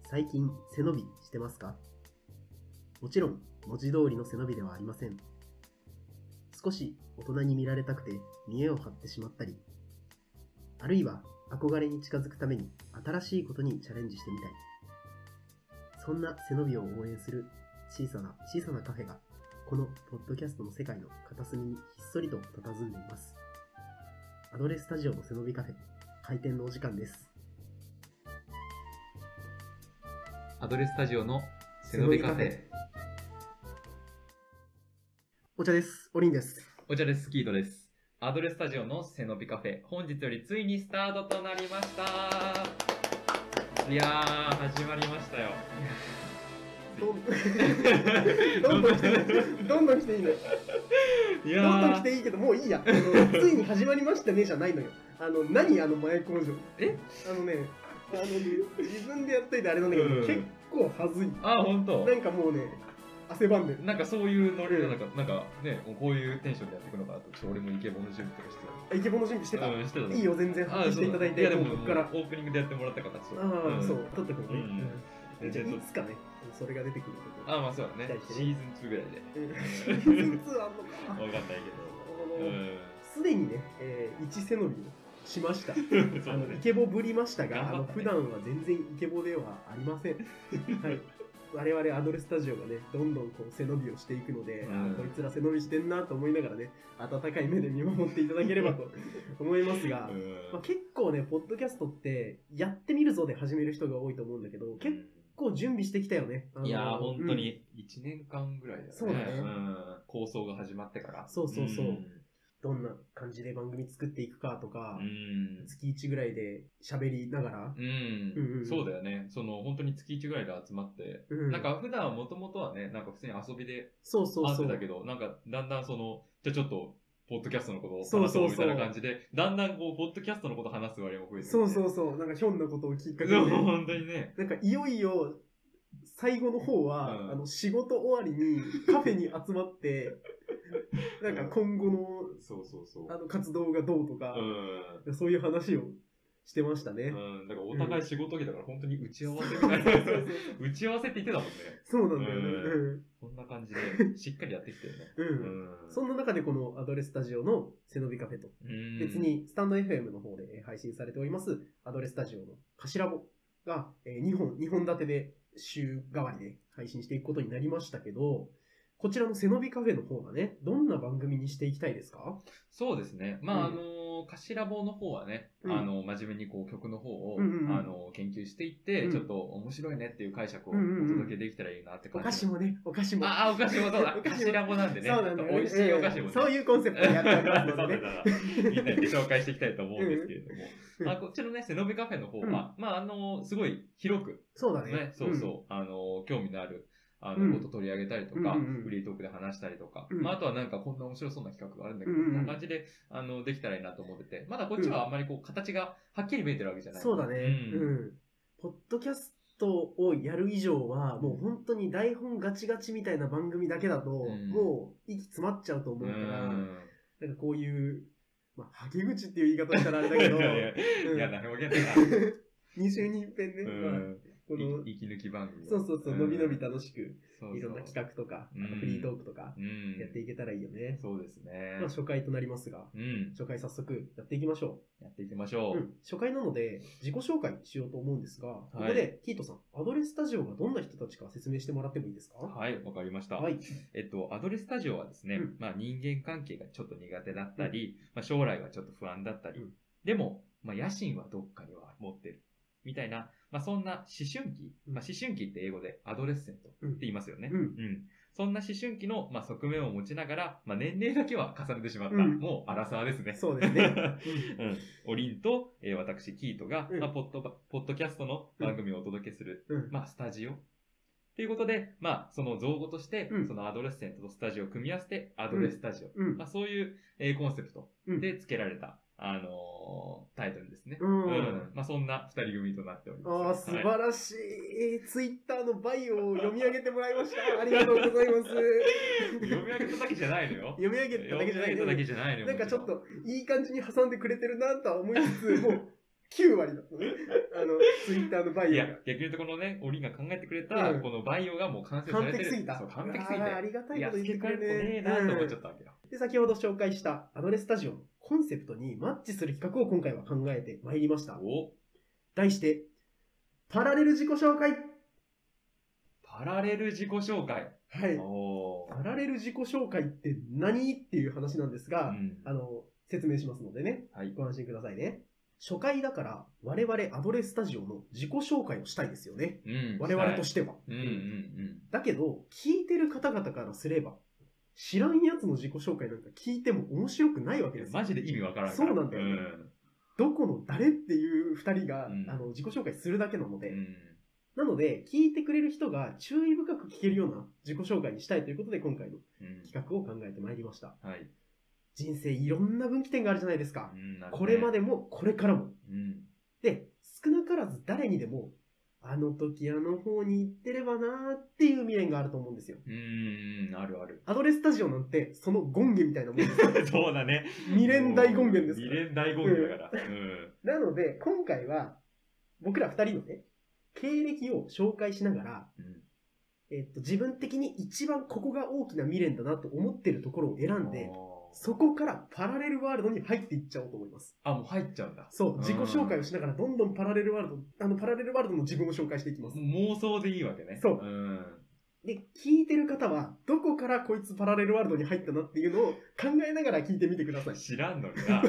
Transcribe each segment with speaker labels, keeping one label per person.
Speaker 1: 最近背伸びしてますか？もちろん文字通りの背伸びではありません。少し大人に見られたくて見栄を張ってしまったり、あるいは憧れに近づくために新しいことにチャレンジしてみたい。そんな背伸びを応援する小さなカフェがこのポッドキャストの世界の片隅にひっそりと佇んでいます。アドレスタジオの背伸びカフェ開店のお時間です。
Speaker 2: アドレスタジオの背伸びカフェ。
Speaker 1: お茶です。おりんです。
Speaker 2: お茶です。キートです。アドレスタジオの背伸びカフェ。本日よりついにスタートとなりました。いやー、始まりましたよ。
Speaker 1: どんどん来ていいのよ。
Speaker 2: いや
Speaker 1: どんどん来ていいけどもういいや。ついに始まりましたねじゃないのよ。何前工場。自分でやっといてあれなんだけど、結構はずい。
Speaker 2: あ、ほんと。
Speaker 1: なんかもうね、汗ばんでる。
Speaker 2: なんかそういうノリのなんかね、もうこういうテンションでやっていくのかなと。俺もイケボの準備とかしてた。
Speaker 1: イケボの準備してた。
Speaker 2: してた。
Speaker 1: いいよ、全然発揮していただいて。
Speaker 2: いやでもここからオープニングでやってもらった形。
Speaker 1: そう、撮ってくるね。じゃあいつかね、それが出てくること。
Speaker 2: まあそうだね。シーズン2ぐらいで。
Speaker 1: シーズン2あんのか。わ
Speaker 2: かんないけど。
Speaker 1: すでにね、1背伸びをしました。イケボぶりましたが、普段は全然イケボではありません。はい。我々アドレスタジオがね、どんどんこう背伸びをしていくので、こいつら背伸びしてんなと思いながらね、温かい目で見守っていただければと思いますが、結構ね、ポッドキャストってやってみるぞで始める人が多いと思うんだけど、結構準備してきたよね。
Speaker 2: いやー、本当に1年間ぐらいだよね。
Speaker 1: そうだね。
Speaker 2: 構想が始まってから。
Speaker 1: そう。どんな感じで番組作っていくかとか、月1ぐらいで喋りながら。
Speaker 2: そうだよね。本当に月1ぐらいで集まって、なんか普段はもともとはね、なんか普通に遊びで会ってたけど、なんかだんだんじゃあちょっと、ポッドキャストのことを話そうみたいな感じで、だんだんこう、ポッドキャストのことを話す割合も増えてる、ね。
Speaker 1: そう。なんかひょんなことをきっかけに、
Speaker 2: ね。本当にね。
Speaker 1: なんかいよいよ、最後の方は、仕事終わりにカフェに集まって、なんか今後の、活動がどうとか、そういう話をしてましたね。
Speaker 2: だからお互い仕事着だから本当に打ち合わせみたいな。打ち合わせって言ってたもんね。
Speaker 1: そうなんだよね。
Speaker 2: こんな感じで、しっかりやってきてるね。
Speaker 1: そんな中でこのアドレスタジオの背伸びカフェと、別にスタンド FM の方で配信されております、アドレスタジオの頭ボが2本立てで週替わりで配信していくことになりましたけど、こちらの背伸びカフェの方がね、どんな番組にしていきたいですか？
Speaker 2: そうですね。頭棒の方はね、真面目にこう曲の方を、研究していって、ちょっと面白いねっていう解釈をお届けできたらいいなって感じ。
Speaker 1: お菓子もね、お菓子も。
Speaker 2: お菓子もそうだ。頭棒なんでね。
Speaker 1: そうなんだよね。
Speaker 2: 美味しいお菓子もね。
Speaker 1: そういうコンセプトでやっておりますのでね。
Speaker 2: みんなに紹介していきたいと思うんですけれども。こっちのね、背伸びカフェの方は、すごい広く。
Speaker 1: そうだね。
Speaker 2: 興味のある。こと取り上げたりとか、フリートークで話したりとか、あとはなんかこんな面白そうな企画があるんだけど、こんな感じで、できたらいいなと思ってて、まだこっちはあんまりこう、形がはっきり見えてるわけじゃない。
Speaker 1: そうだね。ポッドキャストをやる以上は、もう本当に台本ガチガチみたいな番組だけだと、もう息詰まっちゃうと思うから、なんかこういう、はけ口っていう言い方したらあれだけど、
Speaker 2: いや、誰も言えないな。
Speaker 1: 2週に一遍ね、
Speaker 2: この息抜き番組。
Speaker 1: そう、のびのび楽しく、いろんな企画とか、フリートークとか、やっていけたらいいよね。
Speaker 2: そうですね。
Speaker 1: 初回となりますが、初回早速やっていきましょ
Speaker 2: う。
Speaker 1: 初回なので、自己紹介しようと思うんですが、ここで、キートさん、アドレスタジオがどんな人たちか説明してもらってもいいですか？
Speaker 2: はい、わかりました。アドレスタジオはですね、人間関係がちょっと苦手だったり、将来がちょっと不安だったり、でも、野心はどっかには持ってる。みたいな、そんな思春期、思春期って英語でアドレッセントって言いますよね。そんな思春期の、側面を持ちながら、年齢だけは重ねてしまった。もう、アラサーですね。
Speaker 1: そうですね。
Speaker 2: おりんと、私、キートが、ポッドキャストの番組をお届けする、スタジオ。ということで、その造語として、そのアドレッセントとスタジオを組み合わせて、アドレスタジオ。そういう、コンセプトで付けられた、タイトルですね。そんな二人組となっております。
Speaker 1: 素晴らしい。ツイッターのバイオを読み上げてもらいました。ありがとうございます。
Speaker 2: 読み上げただけじゃないのよ。
Speaker 1: 読み上げただけじゃないのよ。
Speaker 2: なんか
Speaker 1: ちょっといい感じに挟んでくれてるなとは思いつつ、もう 9割だったね。ツイッターのバイオが。
Speaker 2: いや、逆に言うとこのね、オリンが考えてくれた、このバイオがもう完成されてる。
Speaker 1: 完璧すぎた。
Speaker 2: そう、完璧すぎて。
Speaker 1: ありがたいこと言ってくれる
Speaker 2: ねえなと思っちゃったわけよ。
Speaker 1: で、先ほど紹介したアドレスタジオのコンセプトにマッチする企画を今回は考えてまいりました。題して、パラレル自己紹介。
Speaker 2: パラレル自己紹介。
Speaker 1: はい。パラレル自己紹介って何っていう話なんですが、説明しますのでね、はい、ご安心くださいね。初回だから我々アドレスタジオの自己紹介をしたいですよね。我々としては。だけど、聞いてる方々からすれば、知らんやつの自己紹介なんか聞いても面白くないわけですよ。
Speaker 2: マジで意味わからん
Speaker 1: から。そうなんだよね。どこの誰っていう二人が、自己紹介するだけなので、なので、聞いてくれる人が注意深く聞けるような自己紹介にしたいということで、今回の企画を考えてまいりました。はい、人生いろんな分岐点があるじゃないですか。これまでも、これからも。で、少なからず誰にでも、あの時あの方に行ってればなーっていう未練があると思うんですよ。
Speaker 2: あるある。
Speaker 1: アドレスタジオなんて、その権限みたいなもんですよ。
Speaker 2: そうだね。
Speaker 1: 未練大権限ですから。
Speaker 2: 未練大権限だから。
Speaker 1: なので、今回は、僕ら二人のね、経歴を紹介しながら、自分的に一番ここが大きな未練だなと思ってるところを選んで、そこからパラレルワールドに入っていっちゃおうと思います。
Speaker 2: あ、もう入っちゃうんだ。
Speaker 1: そう、自己紹介をしながらどんどんパラレルワールド、パラレルワールドの自分を紹介していきます。
Speaker 2: 妄想でいいわけね。
Speaker 1: そう。で、聞いてる方は、どこからこいつパラレルワールドに入ったなっていうのを考えながら聞いてみてください。
Speaker 2: 知らんのにな。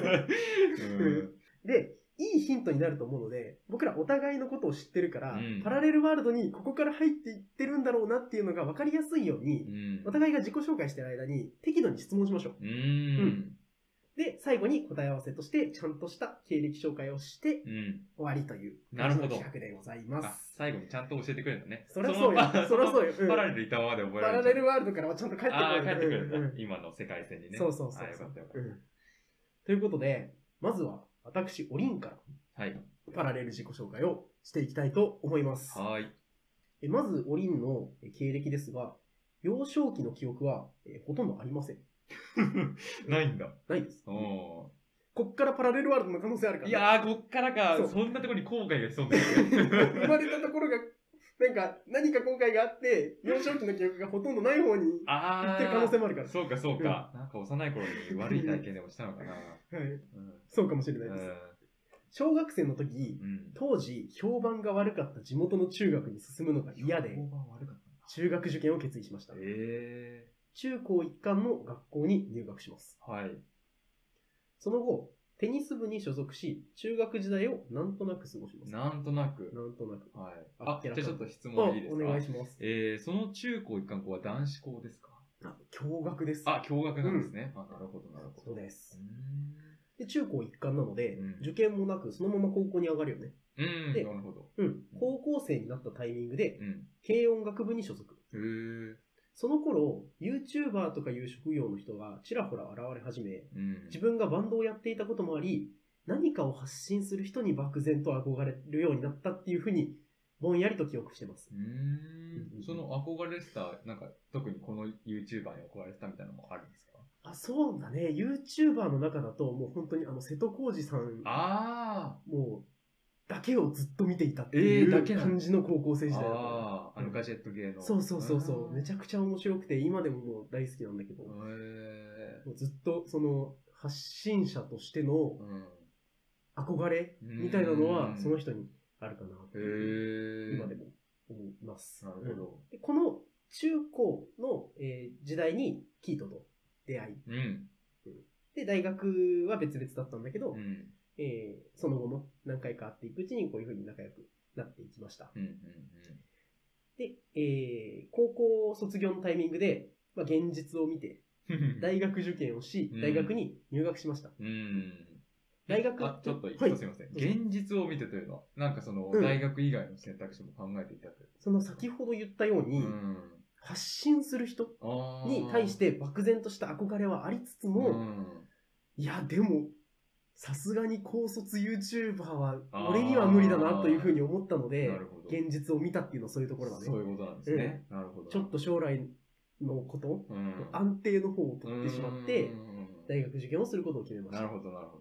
Speaker 1: で、いいヒントになると思うので、僕らお互いのことを知ってるから、パラレルワールドにここから入っていってるんだろうなっていうのが分かりやすいように、お互いが自己紹介してる間に適度に質問しましょう。で、最後に答え合わせとしてちゃんとした経歴紹介をして、終わりという企画でございます。
Speaker 2: 最後にちゃんと教えてくれるのね。
Speaker 1: そりゃそうよ。そりゃそうよ。
Speaker 2: パラレルいたままで覚えられる。
Speaker 1: パラレルワールドからはちゃんと帰ってくる。
Speaker 2: 帰ってくるんだ。今の世界線にね。
Speaker 1: そうそうそう。
Speaker 2: よかったよかった。
Speaker 1: ということで、まずは私、おりんから、パラレル自己紹介をしていきたいと思います。まず、おりんの経歴ですが、幼少期の記憶は、ほとんどありません。
Speaker 2: ないんだ。
Speaker 1: ないです。こっからパラレルワールドの可能性あるから、
Speaker 2: いやー、こっからか。そんなところに後悔が潜んでる。
Speaker 1: 生まれたところが、何か後悔があって、幼少期の記憶がほとんどない方に行ってる可能性もあるから。
Speaker 2: そうか、そうか。なんか幼い頃に悪い体験でもしたのかな。
Speaker 1: そうかもしれないです。小学生の時、当時評判が悪かった地元の中学に進むのが嫌で、中学受験を決意しました。中高一貫の学校に入学します。その後、テニス部に所属し、中学時代をなんとなく過ごします。
Speaker 2: なんとなく。
Speaker 1: じ
Speaker 2: ゃあちょっと質問いいですか？
Speaker 1: お願いします。
Speaker 2: その中高一貫校は男子校ですか？
Speaker 1: 共学です。
Speaker 2: 共学なんですね。なるほど、なるほど。
Speaker 1: そうです。で、中高一貫なので、受験もなく、そのまま高校に上がるよね。
Speaker 2: で、なるほど。
Speaker 1: 高校生になったタイミングで、軽音楽部に所属。その頃、YouTuber とかいう職業の人がちらほら現れ始め、自分がバンドをやっていたこともあり、何かを発信する人に漠然と憧れるようになったっていうふうに、ぼんやりと記憶してます。
Speaker 2: その憧れてた、なんか特にこの YouTuber に憧れてたみたいなのもあるんですか？
Speaker 1: そうだね。YouTuber の中だと、もう本当に瀬戸康史さん、もう、だけをずっと見ていたっていう感じの高校生時代だった。
Speaker 2: ガジェット系の。
Speaker 1: そう。めちゃくちゃ面白くて、今でももう大好きなんだけど、もうずっとその発信者としての憧れみたいなのは、その人にあるかなって今でも思います。
Speaker 2: なるほど。
Speaker 1: この中高の時代にキートと出会い、で、大学は別々だったんだけど、その後も何回か会っていくうちにこういう風に仲良くなっていきました。で、高校卒業のタイミングで、現実を見て、大学受験をし、大学に入学しました。大学
Speaker 2: ちょっとすいません。現実を見てというのは、なんかその大学以外の選択肢も考えていたという。
Speaker 1: その先ほど言ったように、発信する人に対して漠然とした憧れはありつつも、いや、でも、さすがに高卒 YouTuber は俺には無理だなというふうに思ったので、現実を見たっていうのはそういうところだね。
Speaker 2: そういうことなんですね。なるほど。
Speaker 1: ちょっと将来のこと、安定の方を取ってしまって、大学受験をすることを決めました。
Speaker 2: なるほど、なるほど。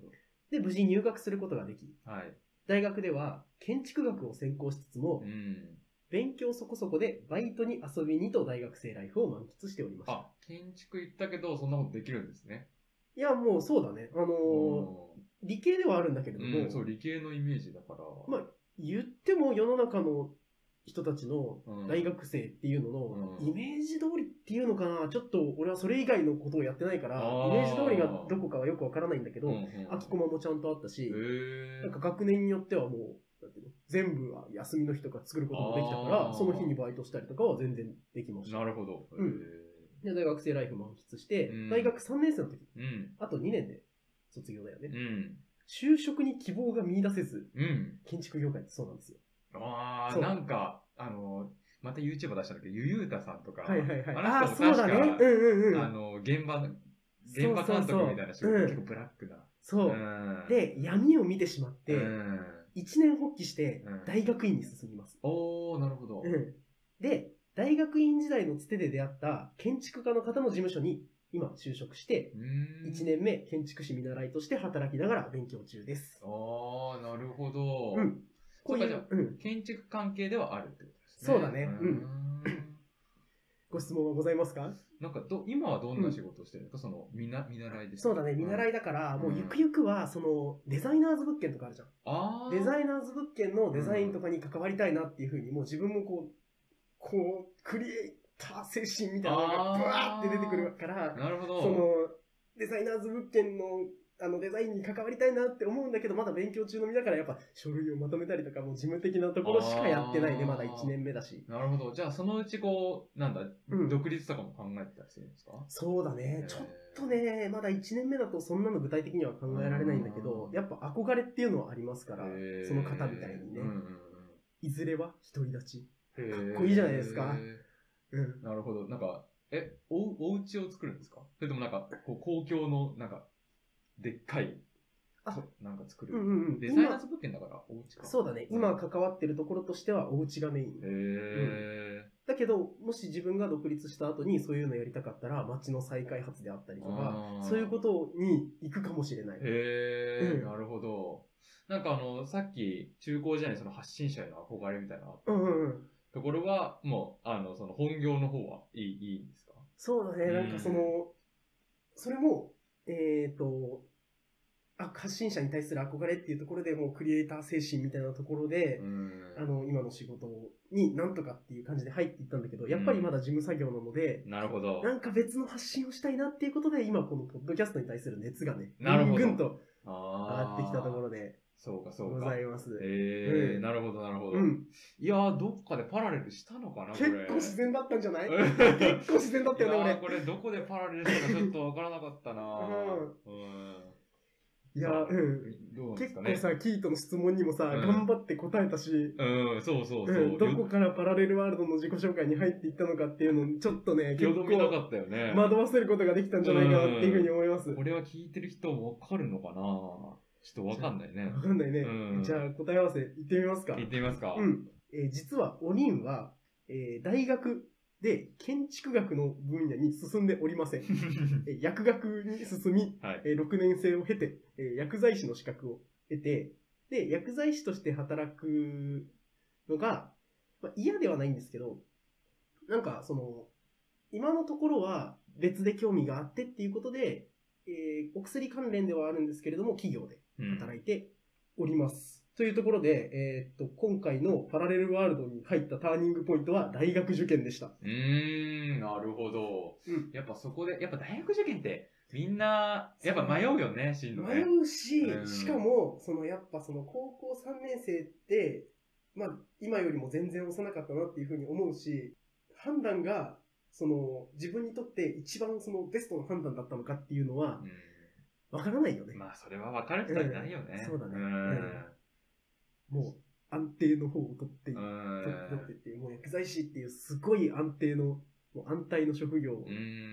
Speaker 1: で、無事入学することができ、
Speaker 2: はい。
Speaker 1: 大学では建築学を専攻しつつも、勉強そこそこでバイトに遊びにと大学生ライフを満喫しておりました。
Speaker 2: あ、建築行ったけど、そんなことできるんですね。
Speaker 1: いや、もうそうだね。理系ではあるんだけれども、
Speaker 2: そう、理系のイメージだから。
Speaker 1: まあ、言っても世の中の人たちの大学生っていうののイメージ通りっていうのかな、ちょっと俺はそれ以外のことをやってないから、イメージ通りがどこかはよくわからないんだけど、空きコマもちゃんとあったし、なんか学年によってはもう、なんていうの、全部は休みの日とか作ることもできたから、その日にバイトしたりとかは全然できました。
Speaker 2: なるほど。
Speaker 1: で、大学生ライフ満喫して、大学3年生の時、あと2年で卒業だよね。就職に希望が見出せず、建築業界ってそうなんですよ。
Speaker 2: なんか、また YouTuber 出したんだけど、ゆゆうたさんとか、
Speaker 1: はいはいはい。あ
Speaker 2: の人も確か、現場監督みたいな仕事、結構ブラックな。
Speaker 1: そう。で、闇を見てしまって、一年発起して大学院に進みます。
Speaker 2: なるほど。
Speaker 1: で、大学院時代のつてで出会った建築家の方の事務所に今就職して、1年目建築士見習いとして働きながら勉強中です。
Speaker 2: なるほど。
Speaker 1: こういう、
Speaker 2: 建築関係ではあるってことですね。
Speaker 1: そうだね。ご質問はございますか？
Speaker 2: なんか今はどんな仕事をしてるんですか？その見習いですか？
Speaker 1: そうだね、見習いだから、もうゆくゆくは、その、デザイナーズ物件とかあるじゃん。デザイナーズ物件のデザインとかに関わりたいなっていうふうに、もう自分もこう、クリエイター精神みたいなのがブワーって出てくるから、
Speaker 2: なるほど。
Speaker 1: その、デザイナーズ物件のデザインに関わりたいなって思うんだけど、まだ勉強中の身だからやっぱ書類をまとめたりとかも事務的なところしかやってないね、まだ1年目だし。
Speaker 2: なるほど。じゃあそのうち独立とかも考えてたりするんですか？
Speaker 1: そうだね。ちょっとね、まだ1年目だとそんなの具体的には考えられないんだけど、やっぱ憧れっていうのはありますから、その方みたいにね。いずれは独り立ち。かっこいいじゃないですか。
Speaker 2: なるほど。なんか、お家を作るんですか？それともなんか、公共の、なんか、でっかい、なんか作る。デザイナーズ物件だからお家か。
Speaker 1: そうだね。今関わってるところとしてはお家がメイン。だけど、もし自分が独立した後にそういうのやりたかったら、街の再開発であったりとか、そういうことに行くかもしれない。
Speaker 2: なるほど。なんかさっき中高時代にその発信者への憧れみたいなところは、もう、その本業の方はいいんですか？
Speaker 1: そうだね。なんかそれも、発信者に対する憧れっていうところでもうクリエイター精神みたいなところで、今の仕事になんとかっていう感じで入っていったんだけど、やっぱりまだ事務作業なので、
Speaker 2: なるほど。
Speaker 1: なんか別の発信をしたいなっていうことで、今このポッドキャストに対する熱がね、ぐんと上がってきたところで、
Speaker 2: そうか。
Speaker 1: ございます。
Speaker 2: なるほど。いやー、どっかでパラレルしたのかな、これ。
Speaker 1: 結構自然だったんじゃない？結構自然だったよね、
Speaker 2: これどこでパラレルしたかちょっとわからなかったな。
Speaker 1: いや、結構さ、キートの質問にもさ、頑張って答えたし、
Speaker 2: そう。
Speaker 1: どこからパラレルワールドの自己紹介に入っていったのかっていうのちょっとね、
Speaker 2: 結構なかったよね。
Speaker 1: 惑わせることができたんじゃないかなっていうふうに思います。
Speaker 2: これは聞いてる人もわかるのかな？ちょっとわかんないね。
Speaker 1: わかんないね。じゃあ答え合わせいってみますか。
Speaker 2: いってみますか。
Speaker 1: 実はおりんは、大学で建築学の分野に進んでおりません。薬学に進み、6年生を経て、薬剤師の資格を得て、で、薬剤師として働くのが、嫌ではないんですけど、なんか今のところは別で興味があってっていうことで、お薬関連ではあるんですけれども、企業で働いております。というところで、今回のパラレルワールドに入ったターニングポイントは大学受験でした。
Speaker 2: なるほど。やっぱそこで、やっぱ大学受験ってみんな、やっぱ迷うよね、進路ね。
Speaker 1: 迷うし、しかも、やっぱ高校3年生って、今よりも全然幼かったなっていうふうに思うし、判断が、自分にとって一番ベストの判断だったのかっていうのは、わからないよね。
Speaker 2: それはわかる人はいないよね。
Speaker 1: そうだね。もう安定の方を取っていって、もう薬剤師っていうすごい安定の、もう安泰の職業を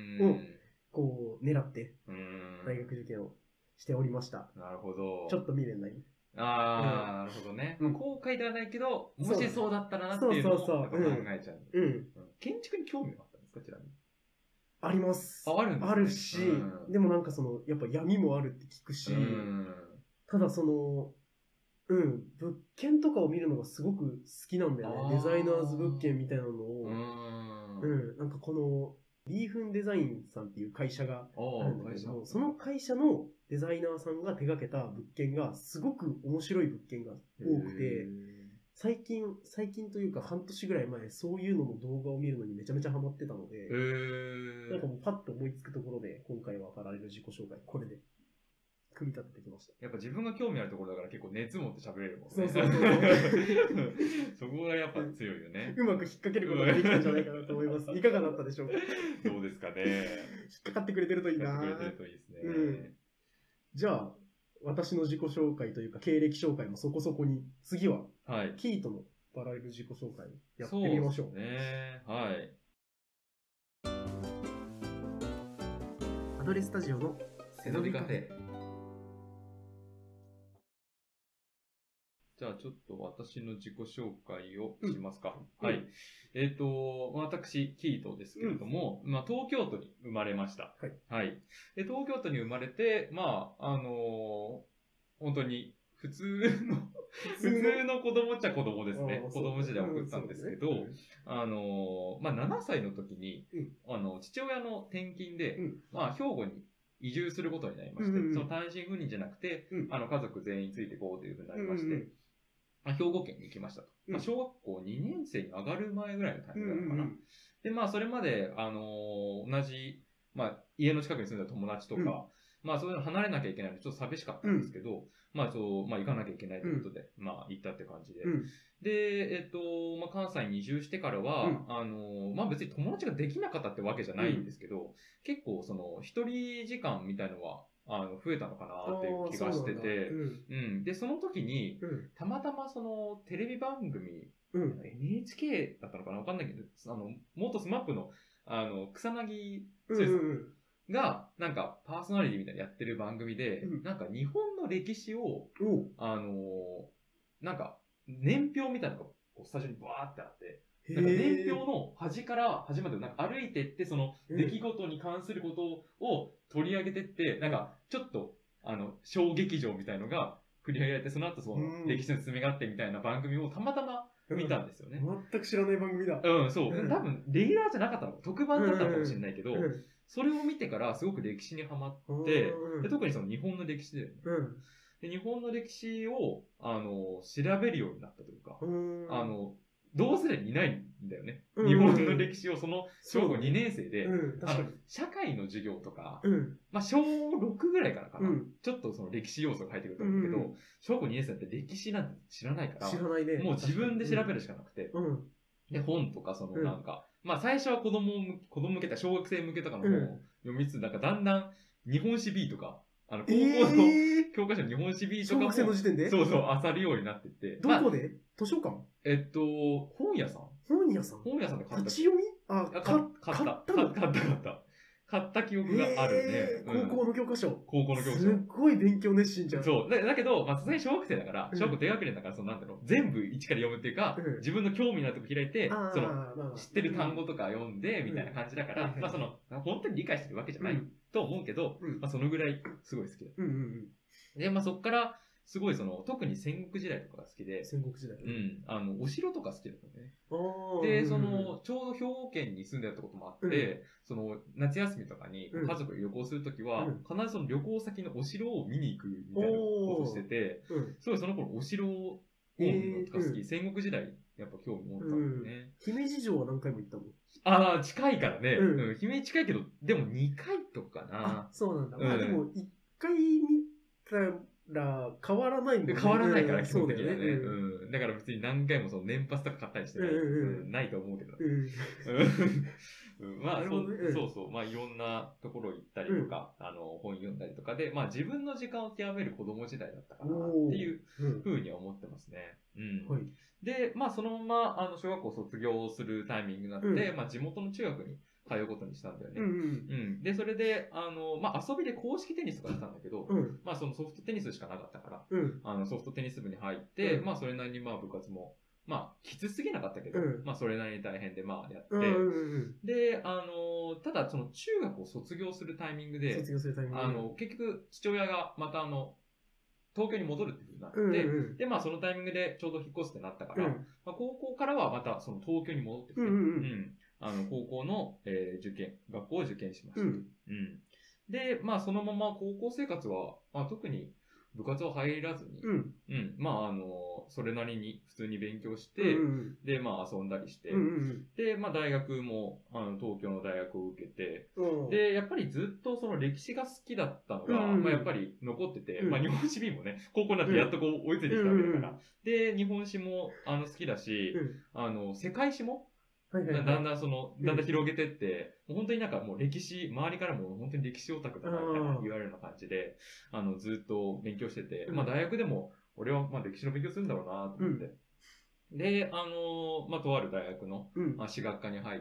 Speaker 1: 狙って大学受験をしておりました。
Speaker 2: なるほど。
Speaker 1: ちょっと未練ない。
Speaker 2: なるほどね。後悔ではないけど、もしそうだったらなっていうのを考えちゃう。建築に興味があったんですか、ちなみに。
Speaker 1: あります。
Speaker 2: あるんですね。
Speaker 1: あるし、でもなんかやっぱ闇もあるって聞くし、 ただ物件とかを見るのがすごく好きなんだよね。デザイナーズ物件みたいなのを。なんかリーフンデザインさんっていう会社があるんだけども、その会社のデザイナーさんが手掛けた物件がすごく面白い物件が多くて、最近というか半年ぐらい前、そういうのの動画を見るのにめちゃめちゃハマってたので、なんかもうパッと思いつくところで、今回はパラレル自己紹介、これで組み立ててきました。
Speaker 2: やっぱ自分が興味あるところだから結構熱持って喋れるもんね。
Speaker 1: そうそうそう。
Speaker 2: そこがやっぱ強いよね。
Speaker 1: うまく引っ掛けることができたんじゃないかなと思います。いかがだったでしょうか。
Speaker 2: どうですかね。
Speaker 1: 引っかかってくれてるといいな。
Speaker 2: 引っかかってくれてるといいですね。
Speaker 1: じゃあ、私の自己紹介というか経歴紹介もそこそこに、次は、キートのパラレル自己紹介やってみましょう。
Speaker 2: そうですね。はい。
Speaker 1: アドレスタジオの
Speaker 2: 背伸びカフェ。じゃあちょっと私の自己紹介をしますか。はい。私、キートですけれども、東京都に生まれました。はい。で、東京都に生まれて、本当に普通の子供っちゃ子供ですね。子供時代を送ったんですけど、7歳の時に、父親の転勤で、兵庫に移住することになりまして、その単身赴任じゃなくて、家族全員ついていこうというふうになりまして、兵庫県に行きましたと。小学校2年生に上がる前ぐらいのタイミングなのかな。で、それまで、同じ、家の近くに住んでた友達とか、そういうの離れなきゃいけないので、ちょっと寂しかったんですけど、行かなきゃいけないということで、行ったって感じで。で、関西に移住してからは、別に友達ができなかったってわけじゃないんですけど、結構一人時間みたいのは、増えたのかなっていう気がしてて、で、その時に、たまたまテレビ番組、NHK だったのかなわかんないけど、元スマップの、草薙剛さんが、なんか、パーソナリティみたいなやってる番組で、なんか日本の歴史を、なんか、年表みたいなのが、スタジオにバーってあって、なんか年表の端から端までなんか歩いてって、その出来事に関することを取り上げてって、なんかちょっと、小劇場みたいのが繰り上げられて、その後その歴史の進めがあってみたいな番組をたまたま見たんですよね。
Speaker 1: 全く知らない番組だ。
Speaker 2: そう。多分、レギュラーじゃなかったの。特番だったのかもしれないけど、それを見てからすごく歴史にハマって、で特にその日本の歴史だよね。で日本の歴史を、調べるようになったというか、どうすればいないんだよね。日本の歴史を小学校2年生で、社会の授業とか、小6ぐらいからかな、ちょっとその歴史要素が入ってくると思うけど、小学校2年生って歴史なんて知らないから、もう自分で調べるしかなくて、で、本とかなんか、最初は子供向けた、小学生向けとかの本を読みつつ、なんかだんだん日本史 B とか、高校の教科書の日本史 B とかも、
Speaker 1: 小学生の時点で
Speaker 2: そう、漁るようになってって。
Speaker 1: どこで図書館
Speaker 2: 本屋さん
Speaker 1: 本屋さん
Speaker 2: で買った。
Speaker 1: 立ち読み
Speaker 2: 買った記憶があるね。
Speaker 1: 高校の教科書。すっ
Speaker 2: す
Speaker 1: ごい勉強熱心じゃん。
Speaker 2: そう。だけど、さすがに小学生だから、小学校低学年だから、全部一から読むっていうか、自分の興味のあるとこ開いて、知ってる単語とか読んで、みたいな感じだから、本当に理解してるわけじゃないと思うけど、そのぐらいすごい好きだ。で、そっから、すごい特に戦国時代とかが好きで、
Speaker 1: 戦国時代
Speaker 2: お城とか好きだったね。で、ちょうど兵庫県に住んでたこともあって、夏休みとかに家族で旅行するときは、必ず旅行先のお城を見に行くみたいなことをしてて、すごいその頃お城を見るのとか好き、戦国時代やっぱ興味持ったんだよね。
Speaker 1: 姫路城は何回も行った
Speaker 2: の？近いからね。姫路近いけど、でも2回とかな。
Speaker 1: そうなんだ。でも1回見たら変わらないもんね。
Speaker 2: 変わらないから、基本的にはね。だから別に何回も年パスとか買ったりしてないと思うけど。いろんなところ行ったりとか、本読んだりとかで、自分の時間を極める子供時代だったかなっていうふうには思ってますね。で、そのまま、小学校卒業するタイミングになって、地元の中学に通うことにしたんだよね。で、それで、遊びで公式テニスとかしたんだけど、そのソフトテニスしかなかったから、ソフトテニス部に入って、それなりに部活も、きつすぎなかったけど、それなりに大変でやって、で、ただその中学を卒業するタイミングで、結局父親がまた東京に戻るっていう風になって、
Speaker 1: うんうん、
Speaker 2: で、まあそのタイミングでちょうど引っ越すってなったから、
Speaker 1: うん、
Speaker 2: まあ、高校からはまたその東京に戻ってきて、
Speaker 1: うんうん
Speaker 2: 高校の、学校を受験しました。
Speaker 1: うん
Speaker 2: うん。で、まあそのまま高校生活は、まあ特に部活は入らずに、
Speaker 1: うん
Speaker 2: まあそれなりに普通に勉強して、で、まあ遊んだりして、で、まあ大学も、東京の大学を受けて、で、やっぱりずっとその歴史が好きだったのが、まあやっぱり残ってて、まあ日本史 B もね、高校になってやっとこう追いついてきたわけだから、で、日本史も好きだし、世界史も、だんだん広げてって、もう本当になんかもう歴史、周りからも本当に歴史オタクだなみたいな言われるような感じで、ずっと勉強してて、まあ大学でも俺はまあ歴史の勉強するんだろうなと思って。で、まあとある大学の史学科に入って、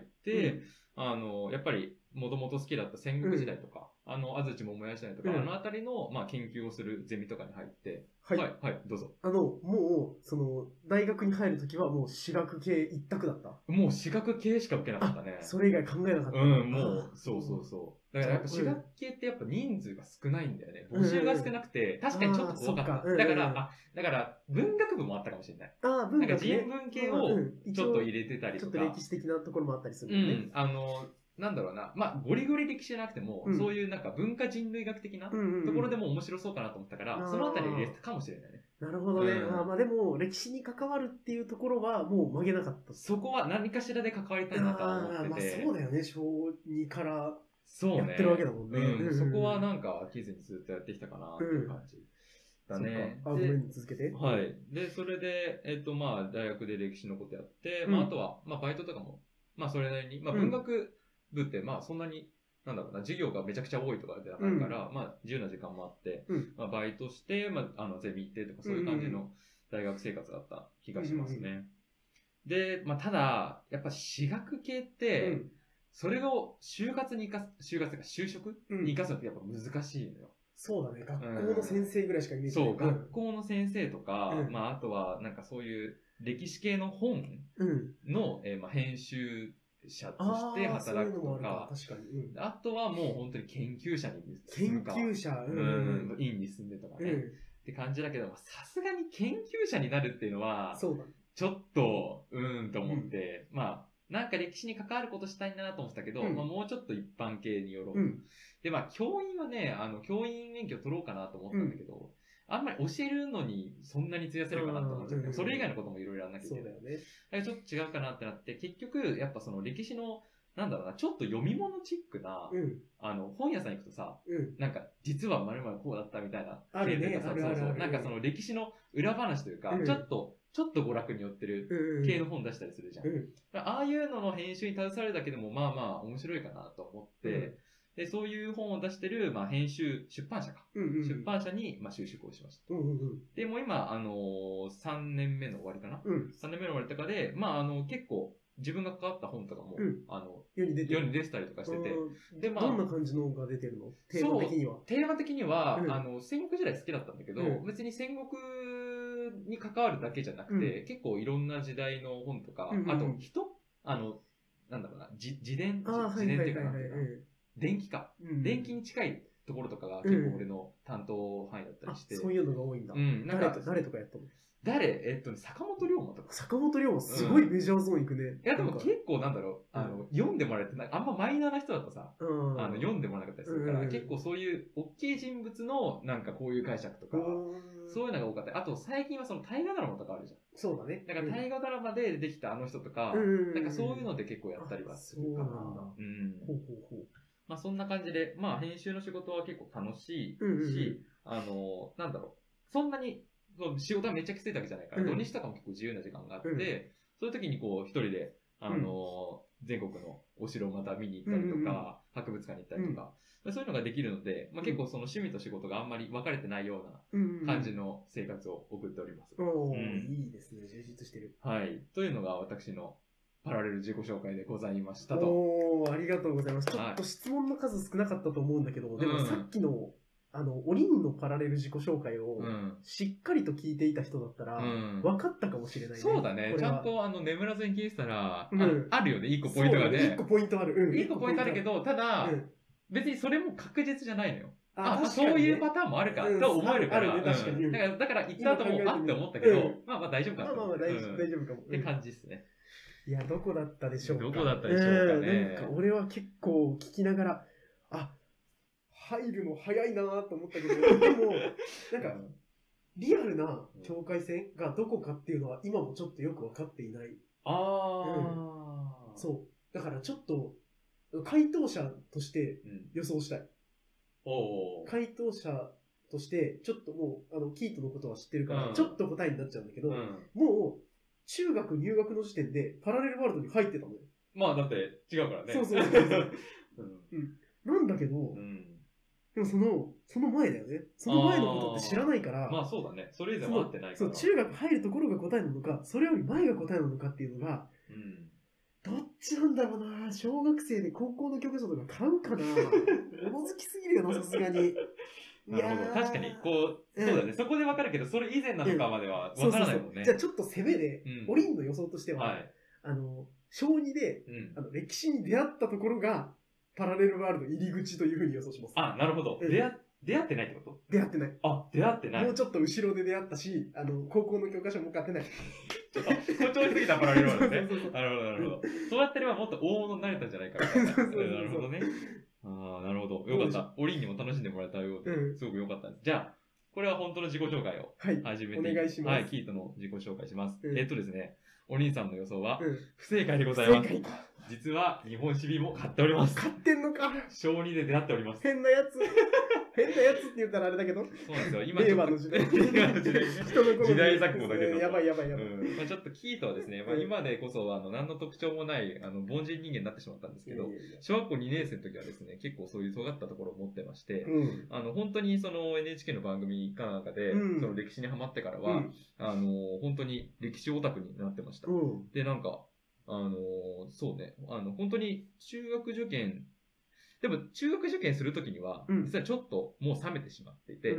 Speaker 2: やっぱりもともと好きだった戦国時代とか、安土桃屋時代とか、あのあたりの、まあ、研究をするゼミとかに入って、はい、どうぞ。
Speaker 1: もう、大学に入るときはもう史学系一択だった？
Speaker 2: もう史学系しか受けなかったね。
Speaker 1: それ以外考えなかった。
Speaker 2: もう、そう。だからやっぱ史学系ってやっぱ人数が少ないんだよね。募集が少なくて、確かにちょっと怖かった。だから文学部もあったかもしれない。なんか人文系をちょっと入れてたりとか。
Speaker 1: ちょっと歴史的なところもあったりするよね。
Speaker 2: なんだろうな。まあ、ゴリゴリ歴史じゃなくても、そういうなんか文化人類学的なところでも面白そうかなと思ったから、そのあたり入れてたかもしれないね。
Speaker 1: なるほどね。まあでも、歴史に関わるっていうところはもう曲げなかった。
Speaker 2: そこは何かしらで関わりたいなと思ってて。
Speaker 1: まあそうだよね。小2からやってるわけだもんね。
Speaker 2: そこはなんか飽きずにずっとやってきたかなっていう感じ。だね。
Speaker 1: ごめん、続けて。
Speaker 2: はい。で、それで、まあ、大学で歴史のことやって、まあ、あとは、まあ、バイトとかも、まあ、それなりに、まあ、文学部って、まあ、そんなに、なんだろうな、授業がめちゃくちゃ多いとかじゃないから、まあ、自由な時間もあって、まあ、バイトして、まあ、ゼミ行ってとか、そういう感じの大学生活だった気がしますね。で、まあ、ただ、やっぱ、史学系って、それを就職に生かすのってやっぱ難しいのよ。
Speaker 1: そうだね。学校の先生ぐらいしかイメージない。
Speaker 2: そう、学校の先生とか、まあ、あとは、なんかそういう歴史系の本の、まあ、編集者として働くとか、あとはもう本当に研究者に
Speaker 1: 進むか。研究者
Speaker 2: 院に進んでとかね。って感じだけど、さすがに研究者になるっていうのは、ちょっと、と思って、まあ、なんか歴史に関わることしたいなと思ってたけど、まあもうちょっと一般系によろうと。で、まあ教員はね、教員免許取ろうかなと思ったんだけど、あんまり教えるのにそんなに費やせるかなと思っちゃって、それ以外のこともいろいろやんなきゃいけない。そうだよね。だからちょっと違うかなってなって、結局、やっぱその歴史の、なんだろうな、ちょっと読み物チックな、本屋さん行くとさ、なんか、実は〇〇こうだったみたいな。
Speaker 1: あるね、
Speaker 2: なんかその歴史の裏話というか、ちょっと娯楽に寄ってる系の本出したりするじゃん。ああいうのの編集に携わるだけでも、まあまあ面白いかなと思って、で、そういう本を出してる、まあ出版社か。出版社に、まあ就職をしました。で、もう今、3年目の終わりかな。3年目の終わりとかで、まあ結構、自分が関わった本とかも、世に出てたりとかしてて。
Speaker 1: で、まあ。どんな感じのが出てるの？テーマ的には。
Speaker 2: テーマ的には、戦国時代好きだったんだけど、別に戦国に関わるだけじゃなくて、結構いろんな時代の本とか、あと人なんだろうな、自伝っていうかなんていうか、電気か。電気に近いところとかが結構俺の担当範囲だったりして。
Speaker 1: そういうのが多いんだ。誰とかやったの？
Speaker 2: 坂本龍馬とか。
Speaker 1: 坂本龍馬すごいメジャーゾーン行くね。
Speaker 2: いや、でも結構なんだろう、読んでもらえてない、あんまマイナーな人だとさ、読んでもらえなかったりするから、結構そういう大きい人物のなんかこういう解釈とか、そういうのが多かったり。あと最近はその大河ドラマとかあるじゃん。
Speaker 1: そうだね。
Speaker 2: だから大河ドラマでできたあの人とか、なんかそういうので結構やったりはするかな。まあそんな感じで、まあ編集の仕事は結構楽しいし、なんだろう、そんなに、仕事はめっちゃきついだけじゃないから、土日とかも結構自由な時間があって、そういう時にこう一人で、全国のお城をまた見に行ったりとか、博物館に行ったりとか、そういうのができるので、まあ、結構その趣味と仕事があんまり分かれてないような感じの生活を送っております。
Speaker 1: いいですね。充実してる。
Speaker 2: はい。というのが私のパラレル自己紹介でございましたと。
Speaker 1: ありがとうございます。ちょっと質問の数少なかったと思うんだけど、でもさっきのおりんのパラレル自己紹介をしっかりと聞いていた人だったら分かったかもしれないね。
Speaker 2: そうだね。ちゃんと眠らずに聞いてたら、あるよね。一個ポイントがね。
Speaker 1: 一個ポイントある。
Speaker 2: 一個ポイントあるけど、ただ、別にそれも確実じゃないのよ。 まあそういうパターンもあるかと思えるから、
Speaker 1: あるね、確かに。
Speaker 2: だから言った後も、あって思ったけど、まあ大丈夫かな。
Speaker 1: まあ大丈夫かも。
Speaker 2: って感じですね。
Speaker 1: いや、どこだったでしょうか。
Speaker 2: どこだったでしょうかね。
Speaker 1: なんか俺は結構聞きながら、入るの早いなと思ったけど、でも、なんか、リアルな境界線がどこかっていうのは今もちょっとよく分かっていない。そう。だからちょっと、回答者として予想したい。回答者として、ちょっともう、キートのことは知ってるから、ちょっと答えになっちゃうんだけど、もう、中学入学の時点でパラレルワールドに入ってたのよ。
Speaker 2: まあだって違うからね。
Speaker 1: そう。なんだけど、でもその前だよね。その前のことって知らないから。
Speaker 2: まあそうだね。それ以前は会ってないから。
Speaker 1: そう、中学入るところが答えなのか、それより前が答えなのかっていうのが、どっちなんだろうな。小学生で高校の教科書とか買うかな。物好きすぎるよな、さすがに。
Speaker 2: なるほど。確かに、そうだね。そこで分かるけど、それ以前なのかまでは分からないもんね。
Speaker 1: じゃあちょっと攻めで、オリンの予想としては、小2で、歴史に出会ったところが、パラレルワールド入り口というふうに予想します。
Speaker 2: なるほど。出会ってないってこと？
Speaker 1: 出会ってない。
Speaker 2: 出会ってない。
Speaker 1: もうちょっと後ろで出会ったし、高校の教科書も買ってない。
Speaker 2: ちょっと、誇張しすぎたパラレルワールドね。なるほど。そうやってればもっと大物になれたんじゃないかな。なるほどね。なるほど。よかった。オリンにも楽しんでもらえたようで、すごくよかったです。じゃあ、これは本当の自己紹介を始めて、
Speaker 1: お願いします。
Speaker 2: はい、キートの自己紹介します。ですね、お兄さんの予想は、不正解でございます。実は、日本史 B も買っております。
Speaker 1: 買ってんのか。
Speaker 2: 小2で出会っております。
Speaker 1: 変なやつ。変なやつって言ったらあれだけど。
Speaker 2: そうなんですよ。今
Speaker 1: 令和の時代。人の
Speaker 2: 時代錯誤だけど。
Speaker 1: やばい。
Speaker 2: ちょっとキートはですね、今でこそ何の特徴もない凡人人間になってしまったんですけど、小学校2年生の時はですね、結構そういう尖ったところを持ってまして、本当にその NHK の番組かなんかで、その歴史にハマってからは、本当に歴史オタクになってました。で、なんか、そうね、本当に中学受験、でも中学受験するときには、実はちょっともう冷めてしまっていて、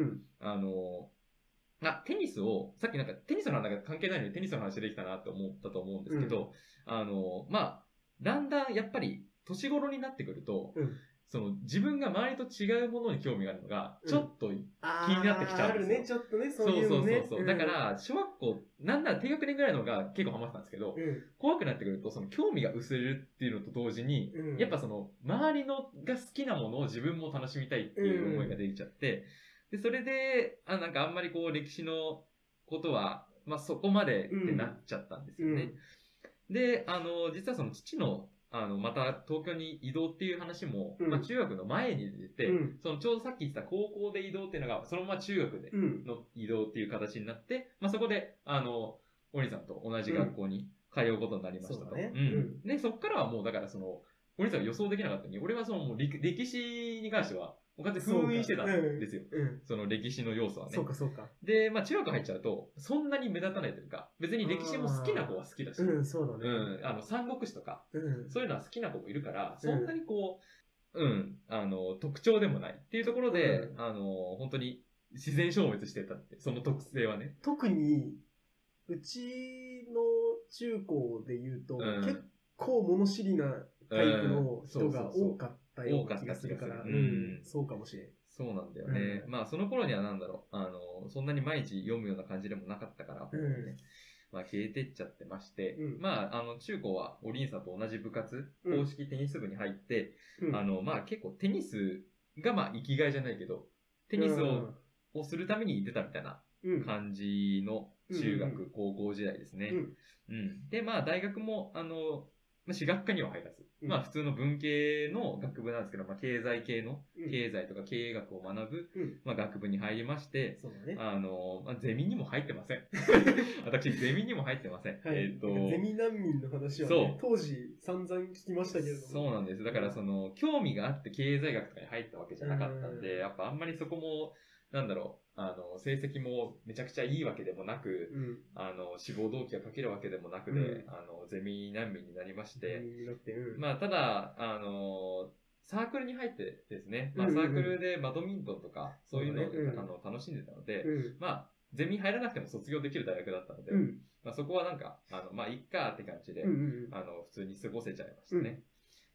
Speaker 2: テニスを、さっきなんかテニスの話が関係ないのにテニスの話できたなって思ったと思うんですけど、だんだんやっぱり年頃になってくると、その自分が周りと違うものに興味があるのが、ちょっと気になってきちゃうんですよ。
Speaker 1: あるね、ちょっとね、そういうのね。
Speaker 2: そう。だから、小学校、なんなら低学年ぐらいのが結構ハマってたんですけど、怖くなってくると、その興味が薄れるっていうのと同時に、やっぱその、周りのが好きなものを自分も楽しみたいっていう思いができちゃって、で、それで、なんかあんまりこう、歴史のことは、そこまでってなっちゃったんですよね。で、実はその父の、また東京に移動っていう話も、中学の前に出て、そのちょうどさっき言ってた高校で移動っていうのが、そのまま中学での移動っていう形になって、そこで、お兄さんと同じ学校に通うことになりましたと。で、そこからはもうだからその、お兄さんが予想できなかったのに、俺はそのもう歴史に関しては、完全に封印してたんですよ。その歴史の要素はね。
Speaker 1: そうか。
Speaker 2: で、中学入っちゃうと、そんなに目立たないというか、別に歴史も好きな子は好きだし、
Speaker 1: そうだね。
Speaker 2: 三国志とか、そういうのは好きな子もいるから、そんなにこう、特徴でもないっていうところで、本当に自然消滅してたって、その特性はね。
Speaker 1: 特に、うちの中高で言うと、結構物知りなタイプの人が多かったような気がするから、そうかもしれん。
Speaker 2: そうなんだよね。その頃にはなんだろう、そんなに毎日読むような感じでもなかったから、消えてっちゃってまして、中高はおりんさんと同じ部活、公式テニス部に入って、結構テニスが生きがいじゃないけど、テニスをするために出たみたいな感じの中学、高校時代ですね。で、大学も、私学科には入らず、普通の文系の学部なんですけど、経済系の、経済とか経営学を学ぶ、学部に入りまして、ゼミにも入ってません。私、ゼミにも入ってません。
Speaker 1: ゼミ難民の話はね、当時散々聞きましたけれども。
Speaker 2: そうなんです。だから、興味があって経済学とかに入ったわけじゃなかったんで、やっぱあんまりそこも、なんだろう、成績もめちゃくちゃいいわけでもなく、志望動機が書けるわけでもなくで、ゼミ難民になりまして、ただ、サークルに入ってですね、サークルでバドミントンとか、そういうのを楽しんでたので、ゼミ入らなくても卒業できる大学だったので、そこはなんか、いっかって感じで、普通に過ごせちゃいましたね。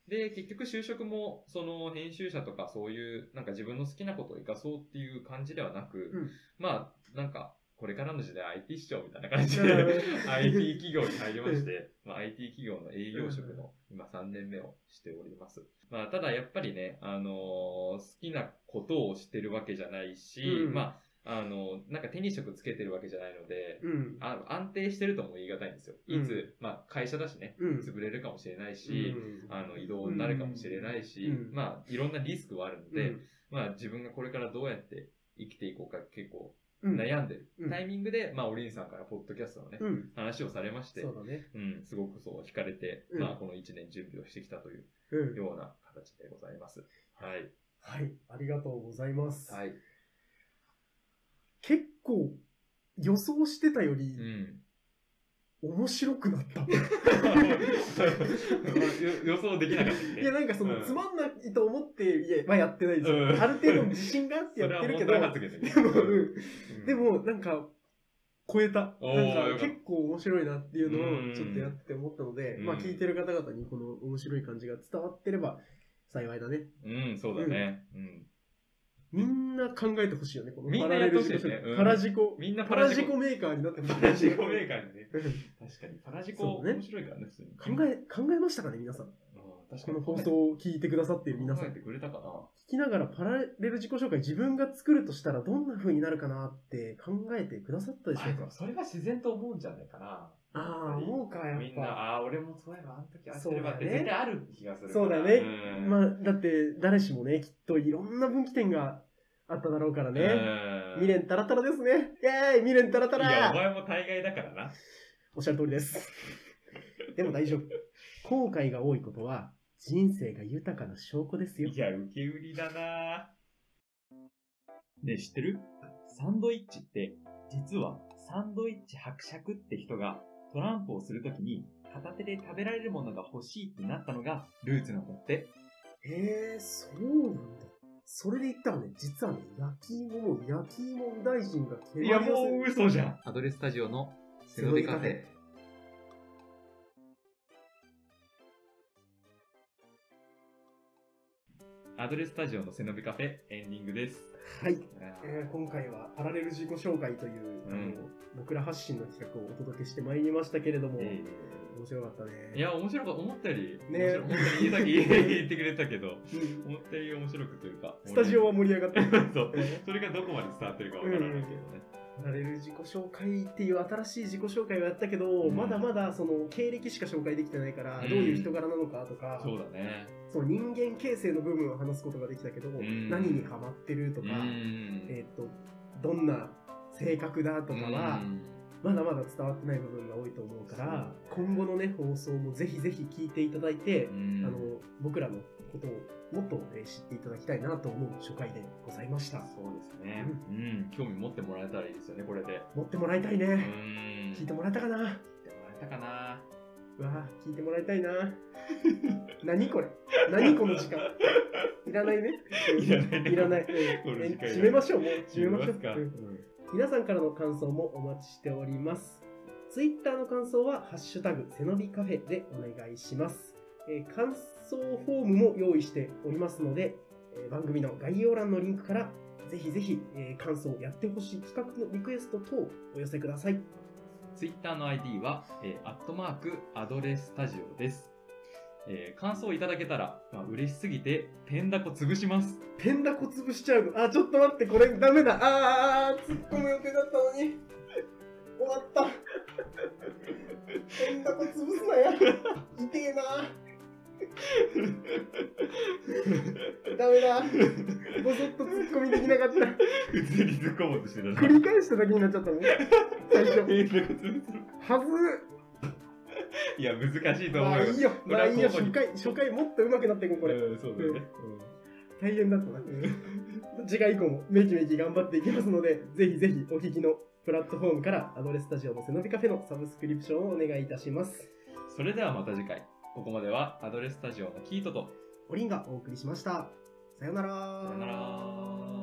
Speaker 2: で、結局就職も、その編集者とかそういう、なんか自分の好きなことを活かそうっていう感じではなく、まあ、なんか、これからの時代 IT 市場みたいな感じでIT 企業に入りまして、まあ、IT 企業の営業職の今3年目をしております。まあ、ただやっぱりね、好きなことをしてるわけじゃないし、まあ、なんか手に職つけてるわけじゃないので、安定してるとも言い難いんですよ。いつ、まあ、会社だしね、潰れるかもしれないし、移動になるかもしれないし、まあ、いろんなリスクはあるので、まあ、自分がこれからどうやって生きていこうか結構、悩んでるタイミングで、まあ、おりんさんからポッドキャストのね、話をされまして、
Speaker 1: そうだね。
Speaker 2: すごくそう惹かれて、まあ、この1年準備をしてきたというような形でございます。はい。
Speaker 1: はい、ありがとうございます。
Speaker 2: はい。
Speaker 1: 結構、予想してたより、面白くなった。
Speaker 2: 予想できなかったね。
Speaker 1: いや、なんかその、つまんないと思って、やってないですよ。ある程度自信があってやってるけど、でも、なんか、超えた。なんか、結構面白いなっていうのを、ちょっとやってて思ったので、まあ、聞いてる方々にこの面白い感じが伝わってれば、幸いだね。
Speaker 2: そうだね。
Speaker 1: みんな考えてほしいよね、この
Speaker 2: パラレル自己紹介。
Speaker 1: パラジコ。
Speaker 2: みんな
Speaker 1: パラジコメーカーになってほしい。
Speaker 2: パラジコメーカーにね。確かに。パラジコ面白いからね、普通に。
Speaker 1: 考えましたかね、皆さん。この放送を聞いてくださっている皆さん。
Speaker 2: 考えてくれたかな。
Speaker 1: 聞きながらパラレル自己紹介自分が作るとしたらどんな風になるかなって考えてくださったでしょうか。
Speaker 2: それが自然と思うんじゃないかな。
Speaker 1: 思うか、やっぱ。
Speaker 2: みんな、俺もそういえばあの時あってればって絶対ある気がする。
Speaker 1: そうだよね。まあ、だって誰しもね、きっといろんな分岐点があっただろうからね。未練タラタラですね。イェーイ未練タラタラ。
Speaker 2: いや、お前も大概だからな。
Speaker 1: おっしゃる通りです。でも大丈夫。後悔が多いことは、人生が豊かな証拠ですよ。
Speaker 2: いや、受け売りだな。ねえ、知ってる？サンドイッチって、実はサンドイッチ伯爵って人がトランプをするときに片手で食べられるものが欲しいってなったのがルーツなんだって。
Speaker 1: へえ、そうなんだ。それで言ったらね、実はね、焼き芋大臣が
Speaker 2: いや、もう嘘じゃん。アドレスタジオの背伸びカフェ。アドレスタジオの背伸びカフェエンディングです。
Speaker 1: はい。今回はパラレル自己紹介という、僕ら発信の企画をお届けしてまいりましたけれども、面白かったね。
Speaker 2: いや、面白かった。思ったより、
Speaker 1: ね、
Speaker 2: 本当にさっき言ってくれたけど、思ったより面白くというか。
Speaker 1: スタジオは盛り上がってる。
Speaker 2: そう。それがどこまで伝わってるかわからないけどね。
Speaker 1: パラレル自己紹介っていう新しい自己紹介をやったけど、まだまだその経歴しか紹介できてないから、どういう人柄なのかとか、
Speaker 2: そうだね。
Speaker 1: そう人間形成の部分を話すことができたけど、何にハマってるとか、どんな性格だとかは、まだまだ伝わってない部分が多いと思うから、今後のね、放送もぜひぜひ聞いていただいて、僕らのことをもっと知っていただきたいなと思う初回でございました。
Speaker 2: そうですね。興味持ってもらえたらいいですよね、これで。
Speaker 1: 持ってもらいたいね。聞いてもらえたかな？
Speaker 2: 聞いてもらえたかな？
Speaker 1: うわぁ、聞いてもらいたいな。何これ？何この時間？いらないね。いらない。締めましょう、もう。締めましょう。皆さんからの感想もお待ちしております。Twitter の感想は、ハッシュタグ、背伸びカフェでお願いします。感想フォームも用意しておりますので、番組の概要欄のリンクから、ぜひぜひ、感想をやってほしい企画のリクエスト等お寄せください。
Speaker 2: Twitter の ID は、アドレスタジオです。感想いただけたら、嬉しすぎて、ペンダコ潰します。
Speaker 1: ペンダコ潰しちゃうの？ちょっと待って、これダメだ。突っ込む予定だったのに。終わった。ペンダコ潰すなや。痛えな。ダメだ。ボソッと突っ込みできなかった。
Speaker 2: 普通に突っ込もうとしてたな。
Speaker 1: 繰り返しただけになっちゃったもん。最初。はず
Speaker 2: いや、難しいと思うよ。
Speaker 1: いいよ。初回もっと上手くなっていこう、これ。
Speaker 2: そうだよね。
Speaker 1: 大変だったな。次回以降もめきめき頑張っていきますので、ぜひぜひお聞きのプラットフォームからアドレスタジオの背伸びカフェのサブスクリプションをお願いいたします。
Speaker 2: それではまた次回。ここまではアドレスタジオのキートと
Speaker 1: おりんがお送りしました。さよなら。
Speaker 2: さよなら。